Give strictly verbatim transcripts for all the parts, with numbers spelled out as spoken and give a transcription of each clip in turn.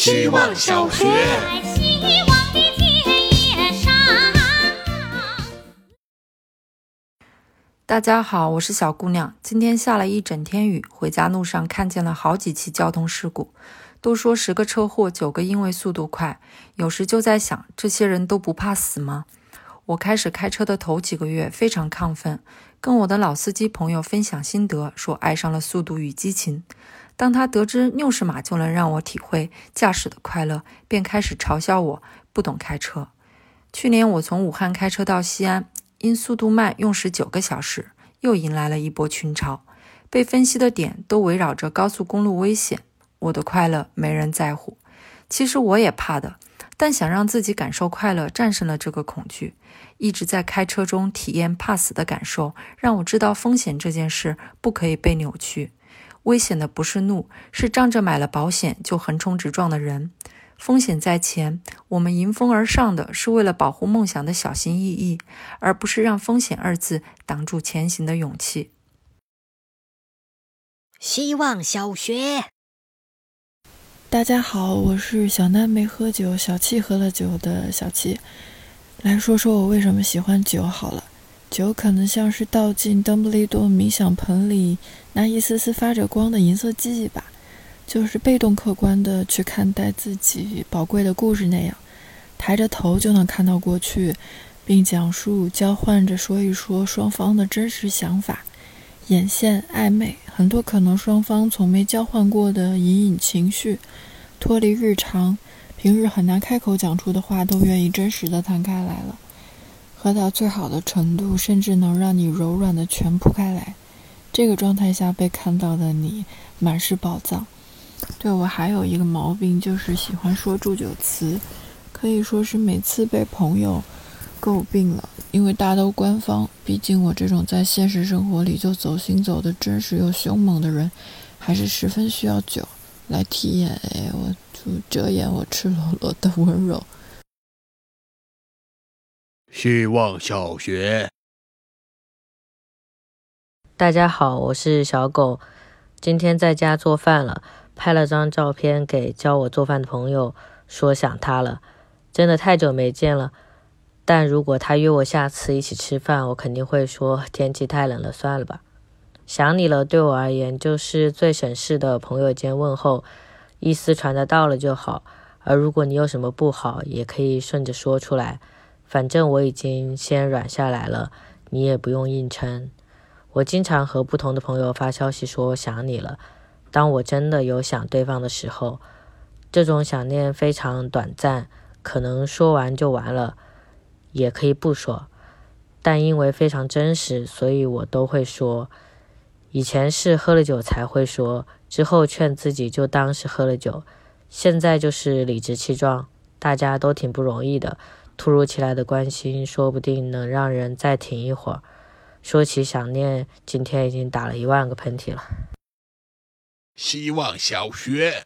希望小学。 希望的田野上。 大家好，我是小姑娘。今天下了一整天雨，回家路上看见了好几起交通事故。都说十个车祸九个因为速度快，有时就在想，这些人都不怕死吗？我开始开车的头几个月非常亢奋，跟我的老司机朋友分享心得，说爱上了速度与激情。当他得知六十码就能让我体会驾驶的快乐，便开始嘲笑我不懂开车。去年我从武汉开车到西安，因速度慢用时九个小时，又迎来了一波群嘲。被分析的点都围绕着高速公路危险，我的快乐没人在乎。其实我也怕的，但想让自己感受快乐，战胜了这个恐惧。一直在开车中体验怕死的感受，让我知道风险这件事不可以被扭曲。危险的不是怒，是仗着买了保险就横冲直撞的人。风险在前，我们迎风而上的是为了保护梦想的小心翼翼，而不是让风险二字挡住前行的勇气。 希望小学。 大家好，我是小南没喝酒，小七喝了酒的小七。来说说我为什么喜欢酒好了。酒可能像是倒进邓布利多冥想盆里那一丝丝发着光的银色记忆吧，就是被动客观的去看待自己宝贵的故事那样，抬着头就能看到过去，并讲述交换着说一说双方的真实想法，眼线暧昧，很多可能双方从没交换过的隐隐情绪，脱离日常平日很难开口讲出的话，都愿意真实的摊开来了。喝到最好的程度，甚至能让你柔软的全铺开来。这个状态下被看到的你满是宝藏。对，我还有一个毛病，就是喜欢说祝酒词，可以说是每次被朋友诟病了，因为大都官方，毕竟我这种在现实生活里就走行走的真实又凶猛的人，还是十分需要酒来体验哎，我就遮掩我赤裸裸的温柔。 希望小学。 大家好，我是小狗。今天在家做饭了，拍了张照片给教我做饭的朋友，说想他了，真的太久没见了。但如果他约我下次一起吃饭，我肯定会说天气太冷了，算了吧。想你了对我而言就是最省事的朋友间问候，意思传达到了就好，而如果你有什么不好，也可以顺着说出来，反正我已经先软下来了，你也不用硬撑。我经常和不同的朋友发消息说想你了，当我真的有想对方的时候，这种想念非常短暂，可能说完就完了，也可以不说，但因为非常真实，所以我都会说。以前是喝了酒才会说，之后劝自己就当是喝了酒，现在就是理直气壮。大家都挺不容易的，突如其来的关心说不定能让人再挺一会儿。说起想念，今天已经打了一万个喷嚏了。 希望小学。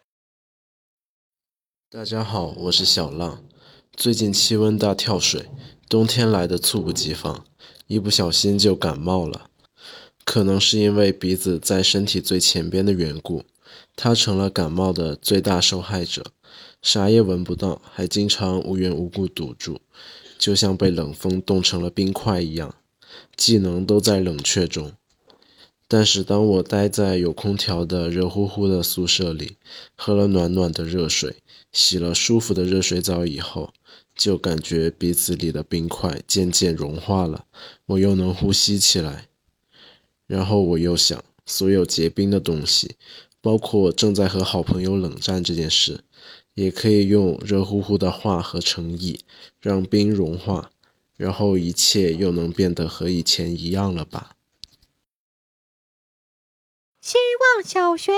大家好，我是小浪。最近气温大跳水，冬天来的猝不及防，一不小心就感冒了。可能是因为鼻子在身体最前边的缘故，它成了感冒的最大受害者，啥也闻不到，还经常无缘无故堵住，就像被冷风冻成了冰块一样，技能都在冷却中。但是当我待在有空调的热乎乎的宿舍里，喝了暖暖的热水，洗了舒服的热水澡以后，就感觉鼻子里的冰块渐渐融化了，我又能呼吸起来。然后我又想，所有结冰的东西，包括正在和好朋友冷战这件事，也可以用热乎乎的话和诚意让冰融化，然后一切又能变得和以前一样了吧。 希望小学。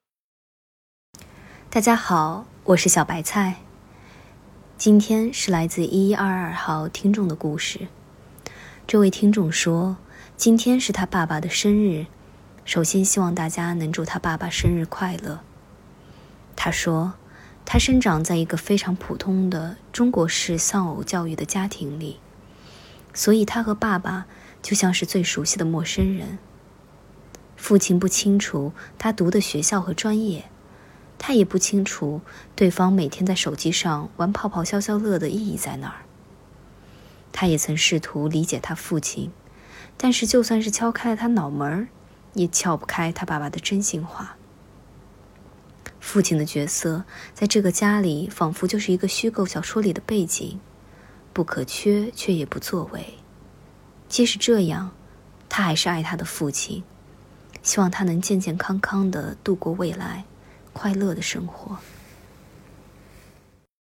大家好，我是小白菜。今天是来自一一二二号听众的故事。这位听众说，今天是他爸爸的生日，首先希望大家能祝他爸爸生日快乐。他说，他生长在一个非常普通的中国式丧偶教育的家庭里，所以他和爸爸就像是最熟悉的陌生人。父亲不清楚他读的学校和专业， 他也不清楚对方每天在手机上玩泡泡消消乐的意义在哪儿。他也曾试图理解他父亲，但是就算是敲开了他脑门，也撬不开他爸爸的真心话。父亲的角色在这个家里仿佛就是一个虚构小说里的背景，不可缺却也不作为。即使这样，他还是爱他的父亲，希望他能健健康康地度过未来，快乐的生活。